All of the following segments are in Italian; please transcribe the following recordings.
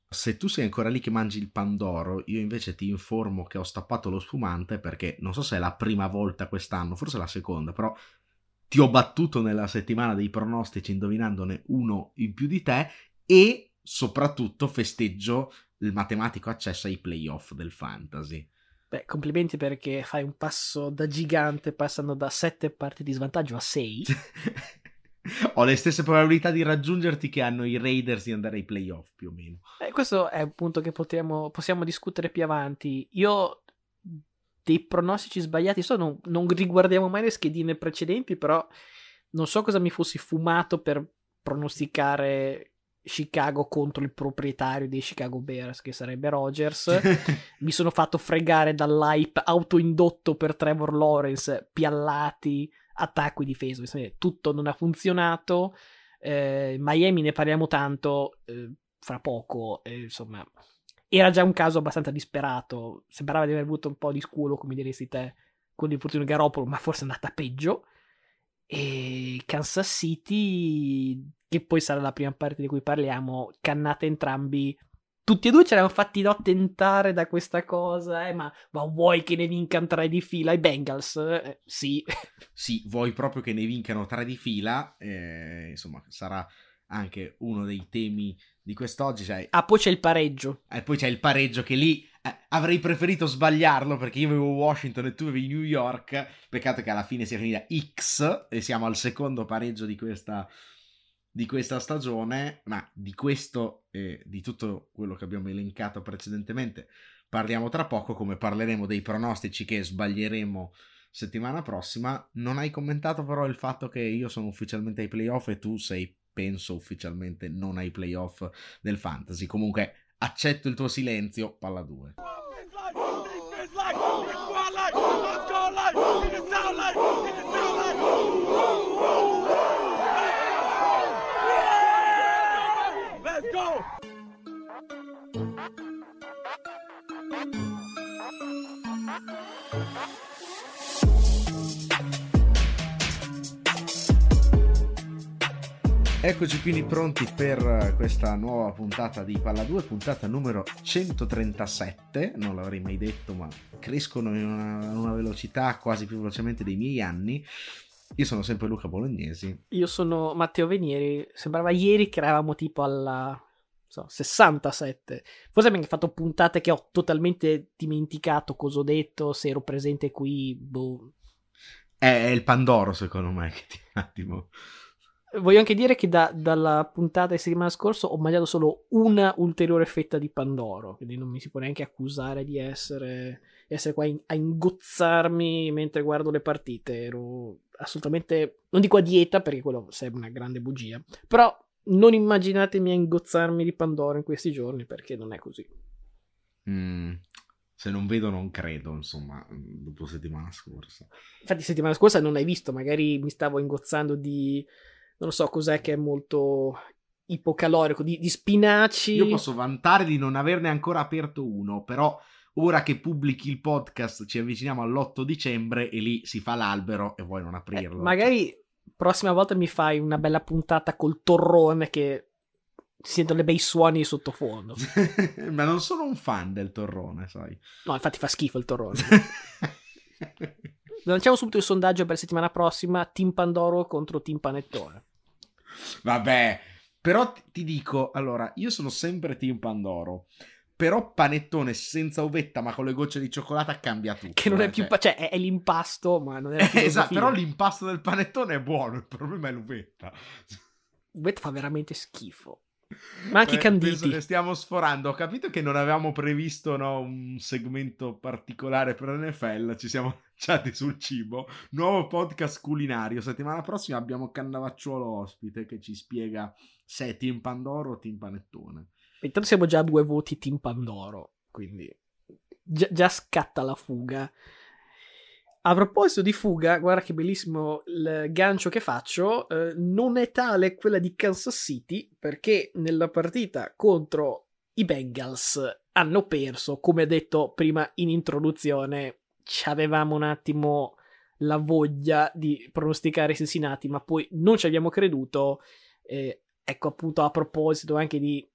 Se tu sei ancora lì che mangi il pandoro, io invece ti informo che ho stappato lo spumante perché non so se è la prima volta quest'anno, forse la seconda, però ti ho battuto nella settimana dei pronostici indovinandone uno in più di te e soprattutto festeggio il matematico accesso ai playoff del fantasy. Beh, complimenti perché fai un passo da gigante passando da 7 partite di svantaggio a 6. Ho le stesse probabilità di raggiungerti che hanno i Raiders di andare ai playoff più o meno. Questo è un punto che possiamo discutere più avanti. Io dei pronostici sbagliati, non riguardiamo mai le schedine precedenti, però non so cosa mi fossi fumato per pronosticare Chicago contro il proprietario dei Chicago Bears, che sarebbe Rodgers. Mi sono fatto fregare dall'hype autoindotto per Trevor Lawrence, piallati, attacco e difesa. Tutto non ha funzionato. Miami ne parliamo tanto fra poco. Insomma, era già un caso abbastanza disperato. Sembrava di aver avuto un po' di scuolo, come diresti te, con l'infortunio Garoppolo, ma forse è andata peggio. E Kansas City, che poi sarà la prima parte di cui parliamo, cannate entrambi. Tutti e due ci eravamo fatti tentare da questa cosa, ma vuoi che ne vincano 3 di fila i Bengals? Sì. Sì, vuoi proprio che ne vincano 3 di fila, insomma, sarà anche uno dei temi di quest'oggi. Cioè, Ah, poi c'è il pareggio. e poi c'è il pareggio che lì avrei preferito sbagliarlo perché io avevo Washington e tu avevi New York. Peccato che alla fine sia finita X e siamo al secondo pareggio di questa stagione. Ma di questo e di tutto quello che abbiamo elencato precedentemente parliamo tra poco, come parleremo dei pronostici che sbaglieremo settimana prossima. Non hai commentato però il fatto che io sono ufficialmente ai playoff e tu sei, penso, ufficialmente non ai playoff del fantasy. Comunque accetto il tuo silenzio, palla 2. Let's go! Eccoci quindi pronti per questa nuova puntata di Palla 2, puntata numero 137, non l'avrei mai detto, ma crescono in una velocità quasi più velocemente dei miei anni. Io sono sempre Luca Bolognesi. Io sono Matteo Venieri. Sembrava ieri che eravamo tipo alla 67. Forse abbiamo fatto puntate che ho totalmente dimenticato cosa ho detto, se ero presente qui, boh. È il Pandoro secondo me che ti un attimo... Voglio anche dire che dalla puntata di settimana scorsa ho mangiato solo una ulteriore fetta di Pandoro, quindi non mi si può neanche accusare di essere qua a ingozzarmi mentre guardo le partite. Ero assolutamente, non dico a dieta perché quello sarebbe una grande bugia, però non immaginatemi a ingozzarmi di Pandoro in questi giorni perché non è così. Se non vedo non credo, insomma, dopo settimana scorsa. Infatti settimana scorsa non hai visto, magari mi stavo ingozzando di... non lo so cos'è che è molto ipocalorico, di spinaci. Io posso vantare di non averne ancora aperto uno, però ora che pubblichi il podcast ci avviciniamo all'8 dicembre e lì si fa l'albero e vuoi non aprirlo. Magari prossima volta mi fai una bella puntata col torrone che si sentono dei bei suoni sottofondo. Ma non sono un fan del torrone, sai. No, infatti fa schifo il torrone. Lanciamo subito il sondaggio per la settimana prossima: Team Pandoro contro Team Panettone. Vabbè, però ti dico, allora, io sono sempre Team Pandoro, però panettone senza uvetta ma con le gocce di cioccolata cambia tutto. Che non è più... cioè... cioè è l'impasto, ma non è la filosofia. Esatto, però l'impasto del panettone è buono, il problema è l'uvetta. L'uvetta fa veramente schifo. Ma anche i canditi. Penso che stiamo sforando. Ho capito che non avevamo previsto un segmento particolare per NFL. Ci siamo lanciati sul cibo. Nuovo podcast culinario. Settimana prossima abbiamo Cannavacciuolo ospite che ci spiega se è Team Pandoro o Team Panettone. Intanto siamo già a 2 voti Team Pandoro, quindi già scatta la fuga. A proposito di fuga, guarda che bellissimo il gancio che faccio. Non è tale quella di Kansas City, perché nella partita contro i Bengals hanno perso, come detto prima in introduzione. Avevamo un attimo la voglia di pronosticare Cincinnati, ma poi non ci abbiamo creduto. Ecco, appunto, a proposito anche di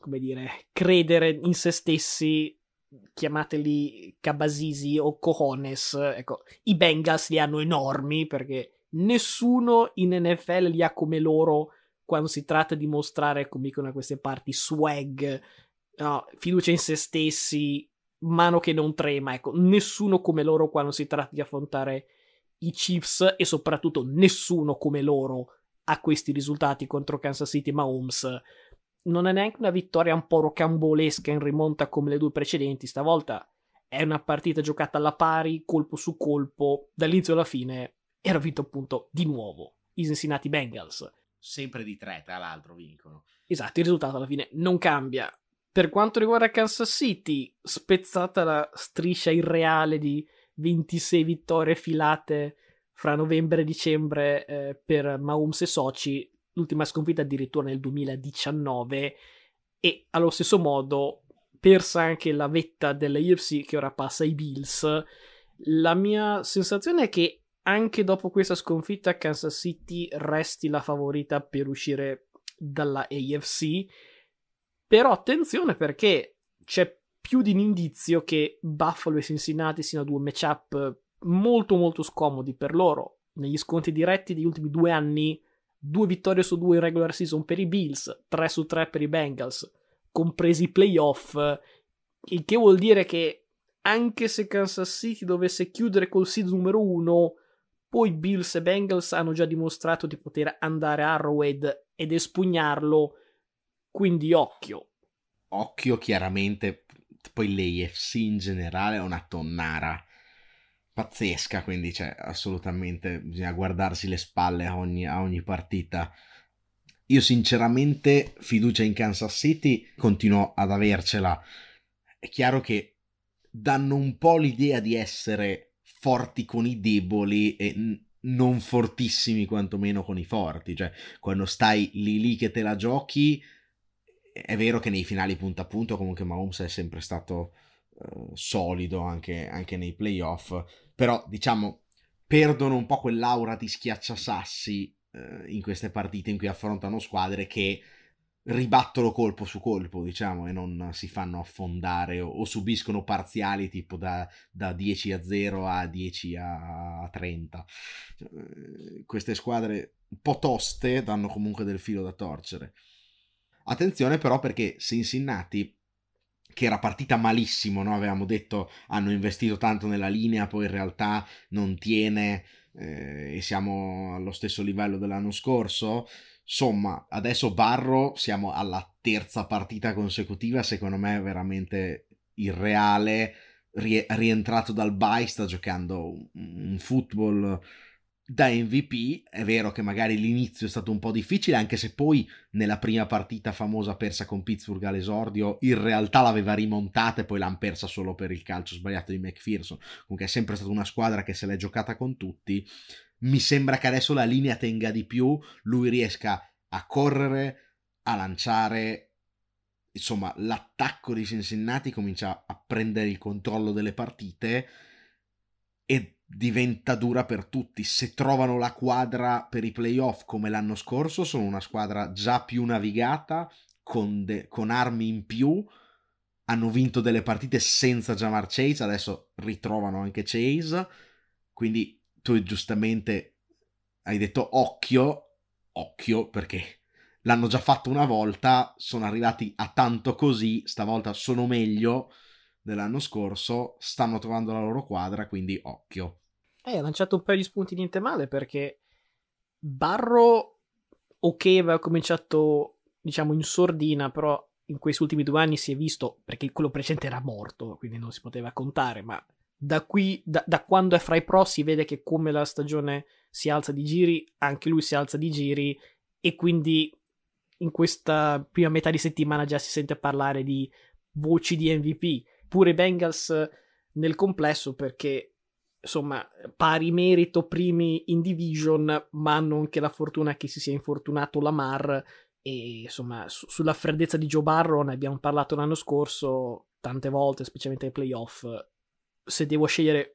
come dire, credere in se stessi, chiamateli cabasisi o cojones. Ecco, i Bengals li hanno enormi perché nessuno in NFL li ha come loro quando si tratta di mostrare, come dicono da queste parti, swag, no, fiducia in se stessi, mano che non trema. Ecco, nessuno come loro quando si tratta di affrontare i Chiefs, e soprattutto nessuno come loro a questi risultati contro Kansas City. Mahomes non è neanche una vittoria un po' rocambolesca in rimonta come le due precedenti. Stavolta è una partita giocata alla pari, colpo su colpo, dall'inizio alla fine. Era vinto appunto di nuovo i Cincinnati Bengals. Sempre di 3, tra l'altro, vincono. Esatto, il risultato alla fine non cambia. Per quanto riguarda Kansas City, spezzata la striscia irreale di 26 vittorie filate fra novembre e dicembre per Mahomes e soci, l'ultima sconfitta addirittura nel 2019, e allo stesso modo persa anche la vetta dell'AFC che ora passa ai Bills. La mia sensazione è che anche dopo questa sconfitta Kansas City resti la favorita per uscire dalla AFC, però attenzione perché c'è più di un indizio che Buffalo e Cincinnati siano due matchup molto molto scomodi per loro. Negli scontri diretti degli ultimi 2 anni, 2 vittorie su 2 in regular season per i Bills, 3 su 3 per i Bengals, compresi i playoff, il che vuol dire che anche se Kansas City dovesse chiudere col seed numero 1, poi Bills e Bengals hanno già dimostrato di poter andare a Arrowhead ed espugnarlo, quindi occhio. Occhio, chiaramente, poi l'AFC in generale è una tonnara pazzesca, quindi cioè, assolutamente bisogna guardarsi le spalle a ogni partita. Io sinceramente fiducia in Kansas City continuo ad avercela. È chiaro che danno un po' l'idea di essere forti con i deboli e non fortissimi quantomeno con i forti, cioè quando stai lì che te la giochi. È vero che nei finali punto a punto comunque Mahomes è sempre stato solido anche nei playoff, però diciamo perdono un po' quell'aura di schiacciasassi in queste partite in cui affrontano squadre che ribattono colpo su colpo, diciamo, e non si fanno affondare o subiscono parziali tipo da 10-0 a 10-30. Queste squadre un po' toste danno comunque del filo da torcere. Attenzione però perché Cincinnati, che era partita malissimo, no? Avevamo detto hanno investito tanto nella linea, poi in realtà non tiene e siamo allo stesso livello dell'anno scorso. Insomma, adesso Barro siamo alla terza partita consecutiva, secondo me è veramente irreale, rientrato dal bye, sta giocando un football da MVP. È vero che magari l'inizio è stato un po' difficile, anche se poi nella prima partita famosa persa con Pittsburgh all'esordio in realtà l'aveva rimontata e poi l'hanno persa solo per il calcio sbagliato di McPherson. Comunque è sempre stata una squadra che se l'è giocata con tutti. Mi sembra che adesso la linea tenga di più, lui riesca a correre, a lanciare. Insomma, l'attacco di Cincinnati comincia a prendere il controllo delle partite e diventa dura per tutti. Se trovano la quadra per i playoff come l'anno scorso, sono una squadra già più navigata, con armi in più. Hanno vinto delle partite senza Ja'Marr Chase, adesso ritrovano anche Chase, quindi tu giustamente hai detto occhio perché l'hanno già fatto una volta, sono arrivati a tanto così, stavolta sono meglio dell'anno scorso, stanno trovando la loro quadra, quindi occhio. Ha lanciato un paio di spunti niente male, perché Barro aveva cominciato diciamo in sordina, però in questi ultimi 2 anni si è visto, perché quello precedente era morto, quindi non si poteva contare, ma da qui, da quando è fra i pro si vede che come la stagione si alza di giri, anche lui si alza di giri, e quindi in questa prima metà di settimana già si sente parlare di voci di MVP. Pure i Bengals nel complesso, perché insomma pari merito primi in division, ma hanno anche la fortuna che si sia infortunato Lamar, e insomma sulla freddezza di Joe Burrow ne abbiamo parlato l'anno scorso tante volte, specialmente ai playoff. Se devo scegliere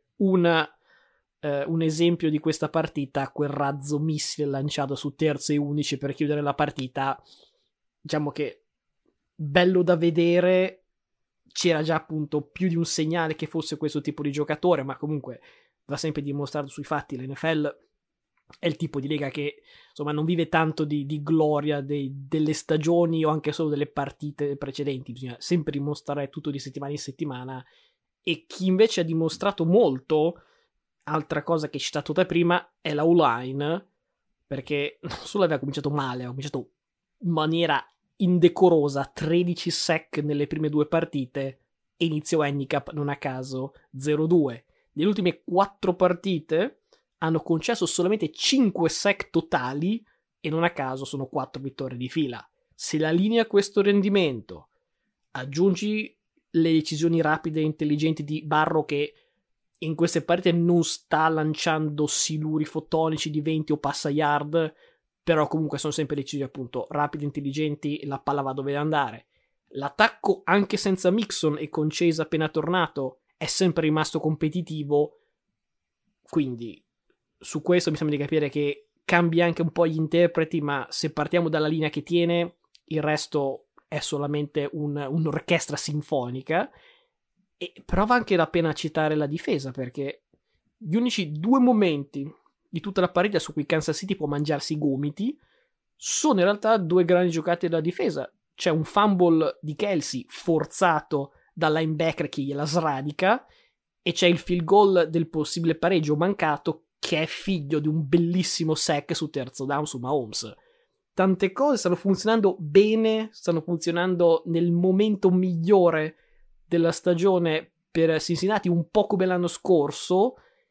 un esempio di questa partita, quel razzo missile lanciato su terzo e 11 per chiudere la partita, diciamo che bello da vedere. C'era già appunto più di un segnale che fosse questo tipo di giocatore, ma comunque va sempre dimostrato sui fatti. L'NFL è il tipo di lega che insomma non vive tanto di gloria delle stagioni o anche solo delle partite precedenti, bisogna sempre dimostrare tutto di settimana in settimana. E chi invece ha dimostrato molto, altra cosa che hai citato te prima, è la O-line, perché non solo aveva cominciato male, aveva cominciato in maniera indecorosa, 13 sack nelle prime 2 partite, e inizio handicap non a caso 0-2. Nelle ultime 4 partite hanno concesso solamente 5 sack totali e non a caso sono 4 vittorie di fila. Se la linea questo rendimento, aggiungi le decisioni rapide e intelligenti di Barrow, che in queste partite non sta lanciando siluri fotonici di 20 o passa yard, però comunque sono sempre decisioni appunto rapide, intelligenti, la palla va dove deve andare. L'attacco anche senza Mixon e con Chase appena tornato è sempre rimasto competitivo, quindi su questo mi sembra di capire che cambia anche un po' gli interpreti, ma se partiamo dalla linea che tiene, il resto è solamente un'orchestra sinfonica. E prova anche la pena citare la difesa, perché gli unici 2 momenti di tutta la partita su cui Kansas City può mangiarsi i gomiti sono in realtà 2 grandi giocate della difesa. C'è un fumble di Kelsey forzato dal linebacker che gliela sradica, e c'è il field goal del possibile pareggio mancato, che è figlio di un bellissimo sack su terzo down su Mahomes. Tante cose stanno funzionando bene, stanno funzionando nel momento migliore della stagione per Cincinnati, un po' come l'anno scorso,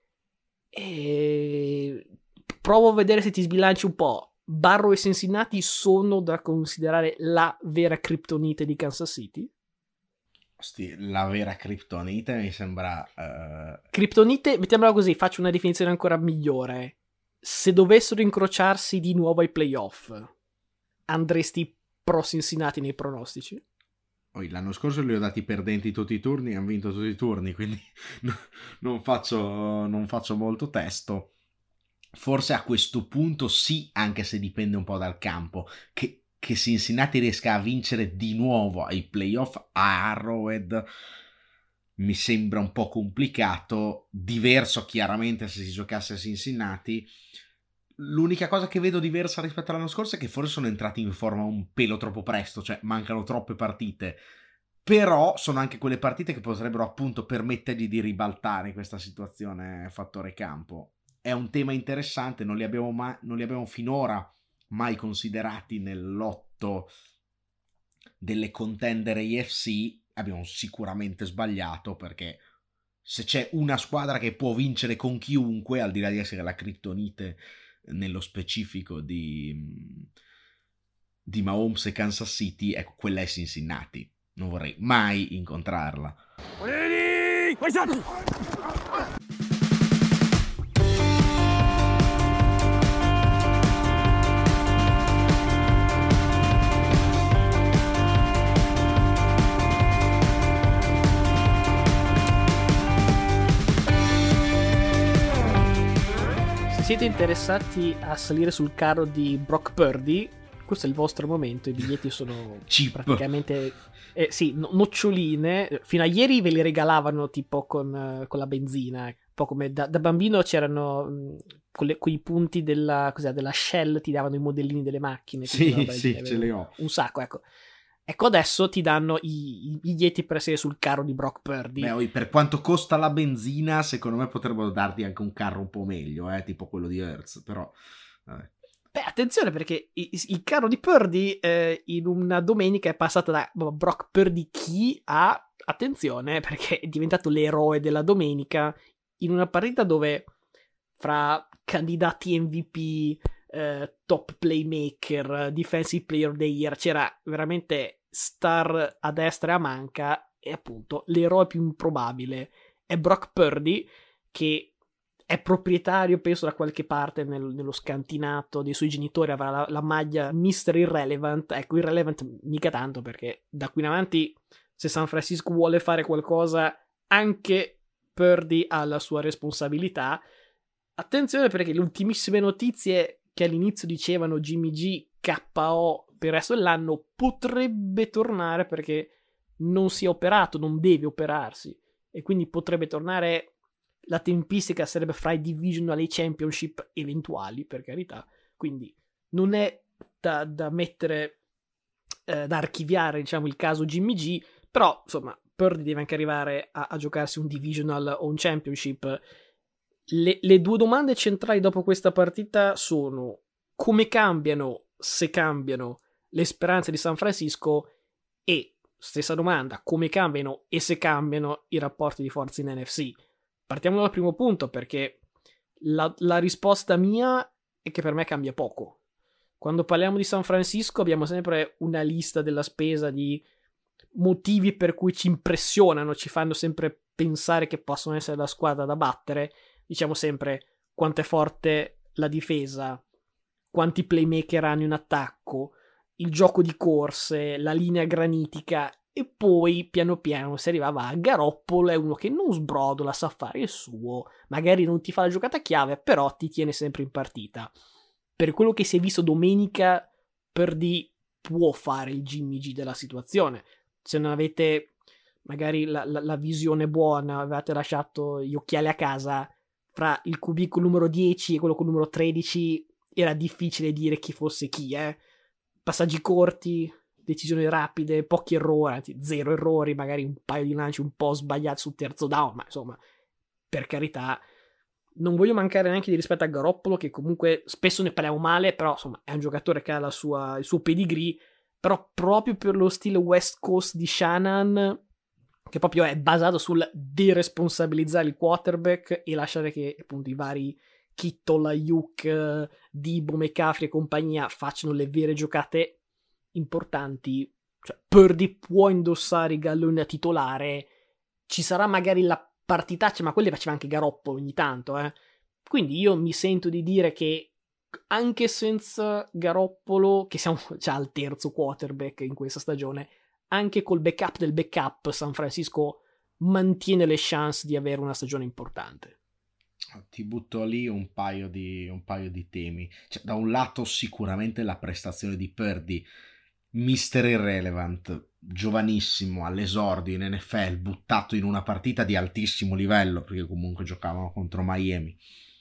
e provo a vedere se ti sbilanci un po'. Barrow e Cincinnati sono da considerare la vera criptonite di Kansas City? La vera criptonite mi sembra... Criptonite, mettiamola così, faccio una definizione ancora migliore. Se dovessero incrociarsi di nuovo ai playoff, andresti pro Cincinnati nei pronostici? L'anno scorso li ho dati perdenti tutti i turni e hanno vinto tutti i turni, quindi non faccio molto testo. Forse a questo punto sì, anche se dipende un po' dal campo, che Cincinnati riesca a vincere di nuovo ai playoff a Arrowhead mi sembra un po' complicato, diverso chiaramente se si giocasse a Cincinnati. L'unica cosa che vedo diversa rispetto all'anno scorso è che forse sono entrati in forma un pelo troppo presto, cioè mancano troppe partite, però sono anche quelle partite che potrebbero appunto permettergli di ribaltare questa situazione fattore campo. È un tema interessante, non li abbiamo finora mai considerati nel lotto delle contender AFC. Abbiamo sicuramente sbagliato, perché se c'è una squadra che può vincere con chiunque, al di là di essere la criptonite nello specifico di Mahomes e Kansas City, ecco, quella è Cincinnati. Non vorrei mai incontrarla. Se siete interessati a salire sul carro di Brock Purdy, questo è il vostro momento. I biglietti sono Cheap. praticamente sì, noccioline. Fino a ieri ve li regalavano tipo con la benzina, un po' come da bambino c'erano quei punti della Shell, ti davano i modellini delle macchine. Sì, ce li ho un sacco, ecco, adesso ti danno i biglietti per essere sul carro di Brock Purdy. Beh, per quanto costa la benzina, secondo me potrebbero darti anche un carro un po' meglio, tipo quello di Hertz, però vabbè. Beh, attenzione, perché il carro di Purdy in una domenica è passato da Brock Purdy chi a, attenzione, perché è diventato l'eroe della domenica in una partita dove fra candidati MVP, top playmaker, defensive player of the year, c'era veramente star a destra e a manca, e appunto l'eroe più improbabile è Brock Purdy, che è proprietario, penso, da qualche parte nello scantinato dei suoi genitori, avrà la maglia Mr. Irrelevant. Ecco, Irrelevant mica tanto, perché da qui in avanti, se San Francisco vuole fare qualcosa, anche Purdy ha la sua responsabilità. Attenzione, perché le ultimissime notizie che all'inizio dicevano Jimmy G KO per il resto dell'anno, potrebbe tornare perché non si è operato, non deve operarsi, e quindi potrebbe tornare. La tempistica sarebbe fra i divisional e i championship eventuali, per carità, quindi non è da mettere, da archiviare, diciamo, il caso Jimmy G, però insomma Purdy deve anche arrivare a giocarsi un divisional o un championship. Le due domande centrali dopo questa partita sono: come cambiano, se cambiano, le speranze di San Francisco, e stessa domanda, come cambiano e se cambiano i rapporti di forza in NFC. Partiamo dal primo punto, perché la risposta mia è che per me cambia poco. Quando parliamo di San Francisco abbiamo sempre una lista della spesa di motivi per cui ci impressionano, ci fanno sempre pensare che possono essere la squadra da battere. Diciamo sempre quanto è forte la difesa, quanti playmaker hanno in attacco, il gioco di corse, la linea granitica, e poi piano piano si arrivava a Garoppolo, è uno che non sbrodola, sa fare il suo, magari non ti fa la giocata chiave, però ti tiene sempre in partita. Per quello che si è visto domenica, Purdy può fare il Jimmy G della situazione. Se non avete magari la visione buona, avevate lasciato gli occhiali a casa, fra il cubico numero 10 e quello con il numero 13 era difficile dire chi fosse chi, Passaggi corti, decisioni rapide, pochi errori, anzi 0 errori, magari un paio di lanci un po' sbagliati sul terzo down, ma insomma, per carità, non voglio mancare neanche di rispetto a Garoppolo, che comunque spesso ne parliamo male, però insomma è un giocatore che ha il suo pedigree, però proprio per lo stile West Coast di Shanahan, che proprio è basato sul deresponsabilizzare il quarterback e lasciare che appunto i vari Kittle, Ayuk, Debo, McCaffrey e compagnia facciano le vere giocate importanti. Cioè, Purdy può indossare i galloni da titolare, ci sarà magari la partitaccia, ma quelle faceva anche Garoppolo ogni tanto, Quindi io mi sento di dire che anche senza Garoppolo, che siamo già al terzo quarterback in questa stagione, anche col backup del backup San Francisco mantiene le chance di avere una stagione importante. Ti butto lì un paio di temi. Cioè, da un lato sicuramente la prestazione di Purdy, Mister Irrelevant, giovanissimo, all'esordio in NFL, buttato in una partita di altissimo livello, perché comunque giocavano contro Miami,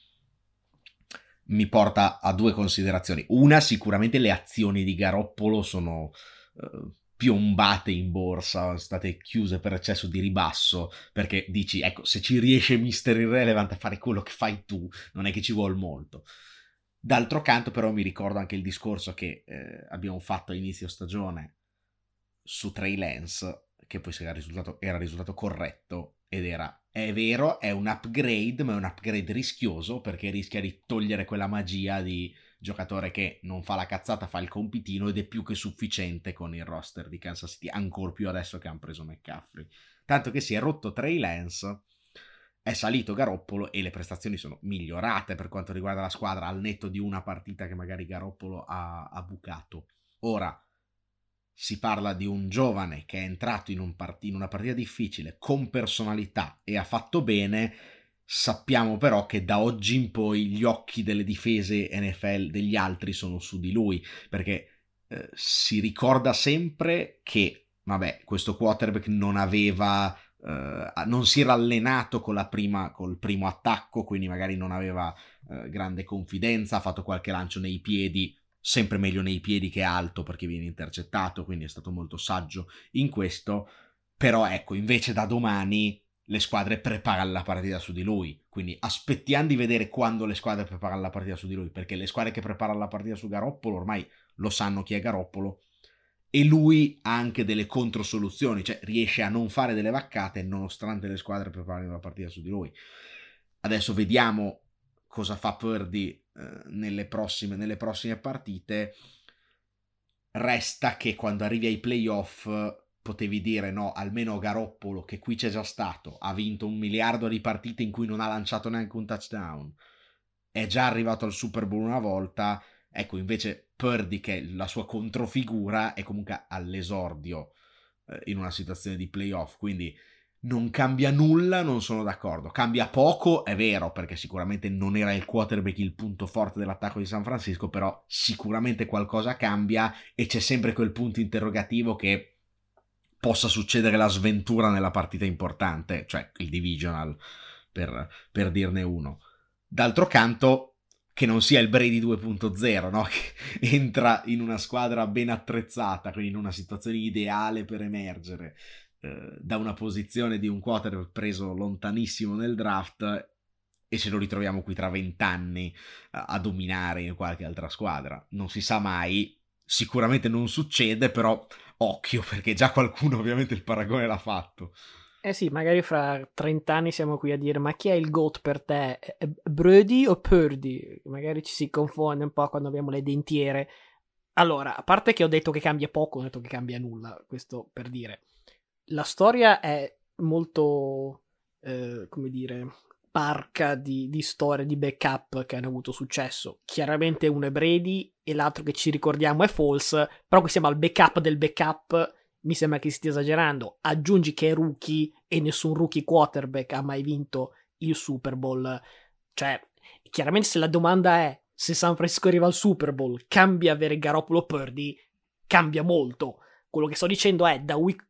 mi porta a due considerazioni. Una, sicuramente le azioni di Garoppolo sono piombate in borsa, sono state chiuse per eccesso di ribasso, perché dici, ecco, se ci riesce Mister Irrelevant a fare quello che fai tu, non è che ci vuol molto. D'altro canto però mi ricordo anche il discorso che abbiamo fatto a inizio stagione su Trey Lance, che poi era risultato corretto, ed era, è vero, è un upgrade, ma è un upgrade rischioso, perché rischia di togliere quella magia di giocatore che non fa la cazzata, fa il compitino, ed è più che sufficiente con il roster di Kansas City, ancor più adesso che hanno preso McCaffrey. Tanto che si è rotto Trey Lance, è salito Garoppolo e le prestazioni sono migliorate per quanto riguarda la squadra, al netto di una partita che magari Garoppolo ha bucato. Ora, si parla di un giovane che è entrato in una partita difficile, con personalità, e ha fatto bene. Sappiamo però che da oggi in poi gli occhi delle difese NFL degli altri sono su di lui, perché si ricorda sempre che, vabbè, questo quarterback non si era allenato col primo attacco, quindi magari non aveva grande confidenza, ha fatto qualche lancio nei piedi, sempre meglio nei piedi che alto perché viene intercettato, quindi è stato molto saggio in questo. Però ecco, invece da domani le squadre preparano la partita su di lui, quindi aspettiamo di vedere quando le squadre preparano la partita su di lui, perché le squadre che preparano la partita su Garoppolo ormai lo sanno chi è Garoppolo, e lui ha anche delle controsoluzioni, cioè riesce a non fare delle vaccate nonostante le squadre preparino la partita su di lui. Adesso vediamo cosa fa Purdy nelle prossime partite. Resta che quando arrivi ai playoff potevi dire no, almeno Garoppolo, che qui c'è già stato, ha vinto 1 miliardo di partite in cui non ha lanciato neanche un touchdown, è già arrivato al Super Bowl una volta. Ecco, invece Purdy, che è la sua controfigura, è comunque all'esordio in una situazione di playoff, quindi non cambia nulla, non sono d'accordo. Cambia poco, è vero, perché sicuramente non era il quarterback il punto forte dell'attacco di San Francisco, però sicuramente qualcosa cambia e c'è sempre quel punto interrogativo che possa succedere la sventura nella partita importante, cioè il divisional, per dirne uno. D'altro canto, che non sia il Brady 2.0, no? Che entra in una squadra ben attrezzata, quindi in una situazione ideale per emergere, da una posizione di un quarterback preso lontanissimo nel draft, e ce lo ritroviamo qui tra 20 anni a dominare in qualche altra squadra. Non si sa mai, sicuramente non succede, però occhio, perché già qualcuno ovviamente il paragone l'ha fatto. Eh sì, magari fra 30 anni siamo qui a dire ma chi è il GOAT per te? Brady o Purdy? Magari ci si confonde un po' quando abbiamo le dentiere. Allora, a parte che ho detto che cambia poco, ho detto che cambia nulla, questo per dire. La storia è molto, come dire, parca di storie di backup che hanno avuto successo. Chiaramente uno è Brady e l'altro che ci ricordiamo è Foles, però qui siamo al backup del backup, mi sembra che stia esagerando. Aggiungi che è rookie e nessun rookie quarterback ha mai vinto il Super Bowl. Cioè, chiaramente se la domanda è se San Francisco arriva al Super Bowl, cambia avere Garoppolo Purdy, cambia molto. Quello che sto dicendo è da week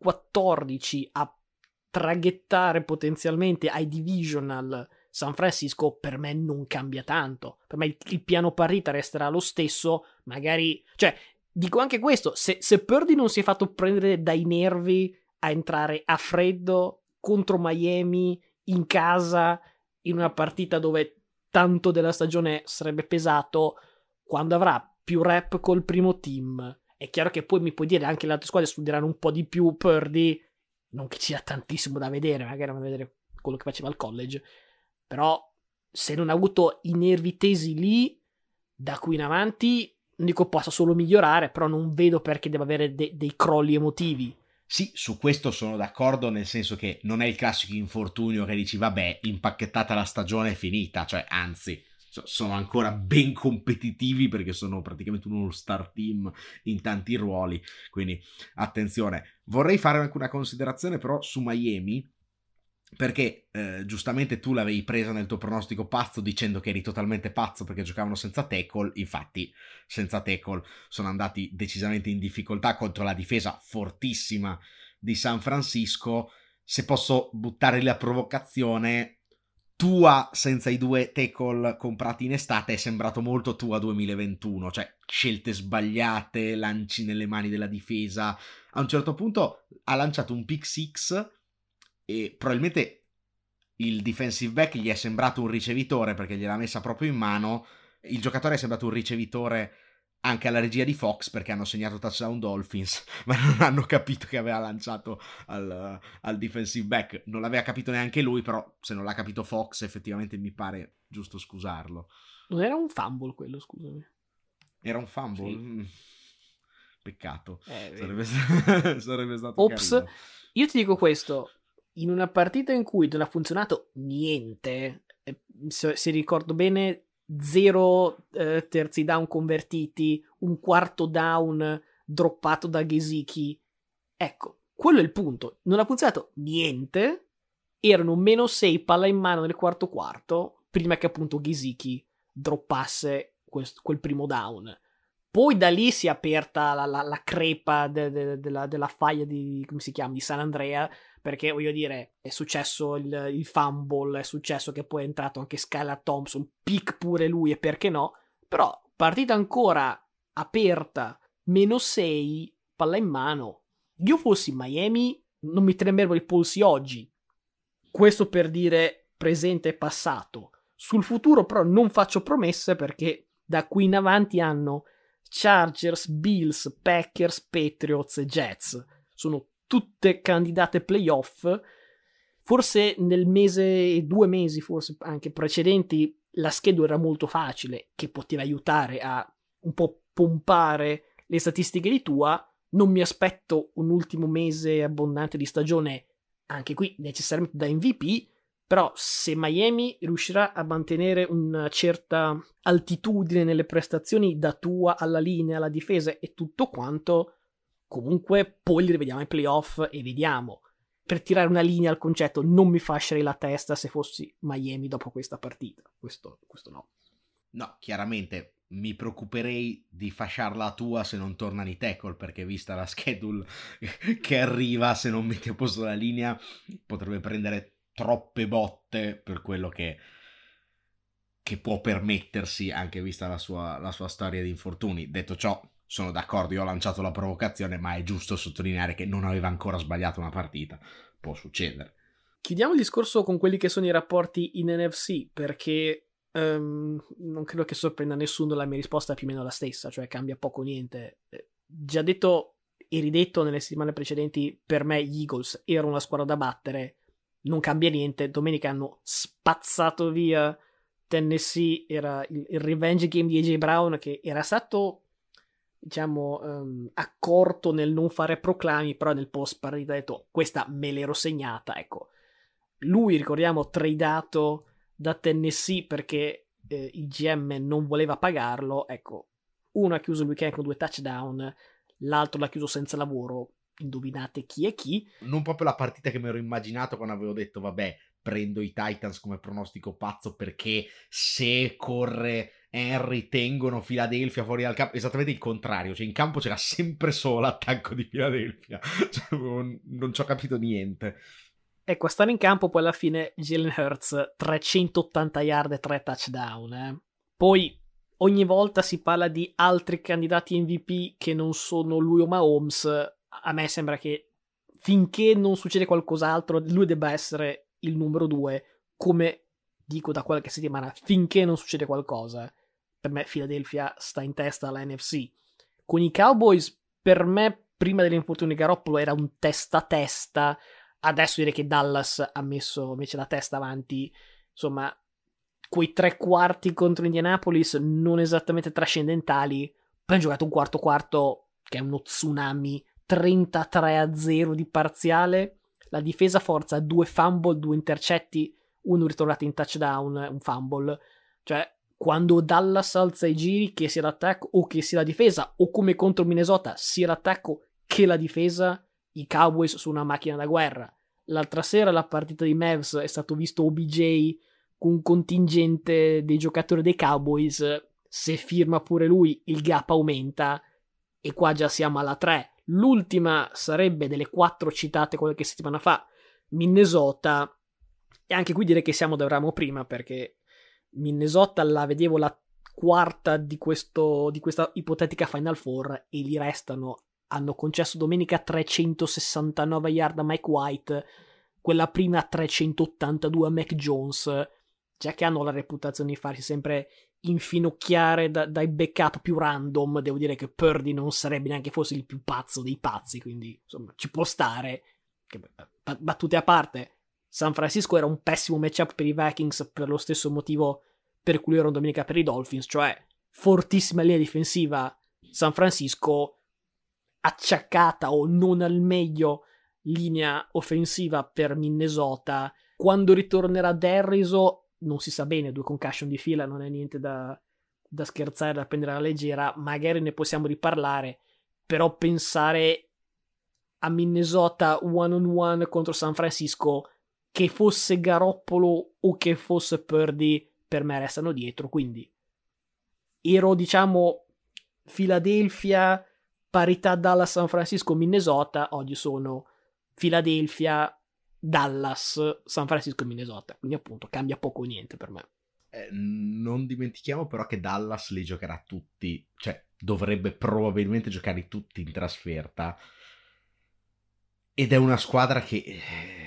14 a traghettare potenzialmente ai divisional San Francisco, per me non cambia tanto. Per me il piano partita resterà lo stesso, magari, cioè, dico anche questo, se Purdy non si è fatto prendere dai nervi a entrare a freddo contro Miami in casa in una partita dove tanto della stagione sarebbe pesato, quando avrà più rep col primo team, è chiaro che poi mi puoi dire anche le altre squadre studieranno un po' di più Purdy, non che ci sia tantissimo da vedere, magari a vedere quello che faceva al college, però se non ha avuto i nervi tesi lì, da qui in avanti non dico possa solo migliorare, però non vedo perché debba avere dei crolli emotivi. Sì, su questo sono d'accordo, nel senso che non è il classico infortunio che dici vabbè, impacchettata la stagione è finita, cioè anzi, sono ancora ben competitivi perché sono praticamente un all-star team in tanti ruoli, quindi attenzione. Vorrei fare anche una considerazione però su Miami, perché giustamente tu l'avevi presa nel tuo pronostico pazzo dicendo che eri totalmente pazzo perché giocavano senza tackle. Infatti senza tackle sono andati decisamente in difficoltà contro la difesa fortissima di San Francisco. Se posso buttare la provocazione, Tua senza i due tackle comprati in estate è sembrato molto Tua 2021, cioè scelte sbagliate, lanci nelle mani della difesa. A un certo punto ha lanciato un pick six e probabilmente il defensive back gli è sembrato un ricevitore perché gliel'ha messa proprio in mano. Il giocatore è sembrato un ricevitore anche alla regia di Fox perché hanno segnato touchdown Dolphins, ma non hanno capito che aveva lanciato al defensive back. Non l'aveva capito neanche lui, però se non l'ha capito Fox effettivamente mi pare giusto scusarlo. Non era un fumble quello, scusami. Era un fumble? Sì. Peccato. Sarebbe Sarebbe stato Ops, carino. io ti dico questo, in una partita in cui non ha funzionato niente, se ricordo bene, 0 terzi down convertiti, un quarto down droppato da Gesicki, ecco, quello è il punto, non ha funzionato niente, erano -6 palla in mano nel quarto quarto, prima che appunto Gesicki droppasse quel primo down. Poi da lì si è aperta la crepa della faglia di, come si chiama, di San Andrea, perché voglio dire, è successo il fumble, è successo che poi è entrato anche Skylar Thompson, pick pure lui e perché no, però partita ancora aperta, -6, palla in mano. Io fossi in Miami, non mi tremerebbero i polsi oggi. Questo per dire presente e passato. Sul futuro però non faccio promesse perché da qui in avanti hanno Chargers, Bills, Packers, Patriots e Jets. Sono tutte candidate playoff. Forse nel mese, 2 mesi forse anche precedenti, la schedula era molto facile, che poteva aiutare a un po' pompare le statistiche di Tua. Non mi aspetto un ultimo mese abbondante di stagione, anche qui necessariamente da MVP, però se Miami riuscirà a mantenere una certa altitudine nelle prestazioni da Tua alla linea, alla difesa e tutto quanto, comunque poi li rivediamo ai playoff e vediamo. per tirare una linea al concetto, non mi fascerei la testa se fossi Miami dopo questa partita. Questo no. No, chiaramente mi preoccuperei di fasciarla a tua se non tornano i tackle, perché vista la schedule che arriva, se non metti a posto la linea, potrebbe prendere troppe botte per quello che può permettersi, anche vista la sua storia di infortuni. Detto ciò, sono d'accordo, io ho lanciato la provocazione, ma è giusto sottolineare che non aveva ancora sbagliato una partita. Può succedere. Chiudiamo il discorso con quelli che sono i rapporti in NFC, perché non credo che sorprenda nessuno, la mia risposta è più o meno la stessa, cioè cambia poco o niente. Già detto e ridetto nelle settimane precedenti, per me gli Eagles erano una squadra da battere, non cambia niente. Domenica hanno spazzato via Tennessee, era il revenge game di AJ Brown, che era stato, diciamo, accorto nel non fare proclami, però nel post partita ha detto questa me l'ero segnata. Ecco, lui, ricordiamo, tradato da Tennessee perché il GM non voleva pagarlo. Ecco, uno ha chiuso il weekend con 2 touchdown, l'altro l'ha chiuso senza lavoro. Indovinate chi è chi? Non proprio la partita che mi ero immaginato quando avevo detto vabbè, prendo i Titans come pronostico pazzo, perché se corre Henry tengono Philadelphia fuori dal campo. Esattamente il contrario, cioè in campo c'era sempre solo l'attacco di Philadelphia. Cioè, non ci ho capito niente. Ecco, a stare in campo poi alla fine Jalen Hurts 380 yard e 3 touchdown. Poi ogni volta si parla di altri candidati MVP che non sono lui o Mahomes. A me sembra che finché non succede qualcos'altro lui debba essere il numero 2, come dico da qualche settimana, finché non succede qualcosa. Per me Philadelphia sta in testa alla NFC. Con i Cowboys, per me, prima dell'infortunio di Garoppolo era un testa a testa. Adesso direi che Dallas ha messo invece la testa avanti. Insomma, quei 3 quarti contro Indianapolis non esattamente trascendentali. Poi hanno giocato un quarto che è uno tsunami, 33-0 di parziale. La difesa forza 2 fumble, 2 intercetti, uno ritornato in touchdown, un fumble. Cioè, quando Dallas alza i giri, che sia l'attacco o che sia la difesa, o come contro Minnesota, sia l'attacco che la difesa, i Cowboys sono una macchina da guerra. L'altra sera la partita di Mavs è stato visto OBJ con un contingente dei giocatori dei Cowboys. Se firma pure lui il gap aumenta e qua già siamo alla 3. L'ultima sarebbe delle 4 citate qualche settimana fa, Minnesota, e anche qui direi che siamo dove eravamo prima, perché Minnesota la vedevo la quarta di questa ipotetica Final Four e gli restano. Hanno concesso domenica 369 yard a Mike White, quella prima 382 a Mac Jones, già che hanno la reputazione di farsi sempre infinocchiare dai backup più random. Devo dire che Purdy non sarebbe neanche fosse il più pazzo dei pazzi, quindi insomma ci può stare. Battute a parte, San Francisco era un pessimo matchup per i Vikings per lo stesso motivo per cui erano domenica per i Dolphins, cioè fortissima linea difensiva San Francisco, acciaccata o non al meglio linea offensiva per Minnesota. Quando ritornerà Derriso non si sa bene, 2 concussion di fila non è niente da scherzare, da prendere alla leggera. Magari ne possiamo riparlare, però pensare a Minnesota one-on-one contro San Francisco, che fosse Garoppolo o che fosse Purdy, per me restano dietro. Quindi ero, diciamo, Philadelphia, parità Dallas, San Francisco, Minnesota. Oggi sono Philadelphia, Dallas, San Francisco e Minnesota. Quindi appunto cambia poco o niente per me. Non dimentichiamo però che Dallas li giocherà tutti, cioè dovrebbe probabilmente giocare tutti in trasferta, ed è una squadra che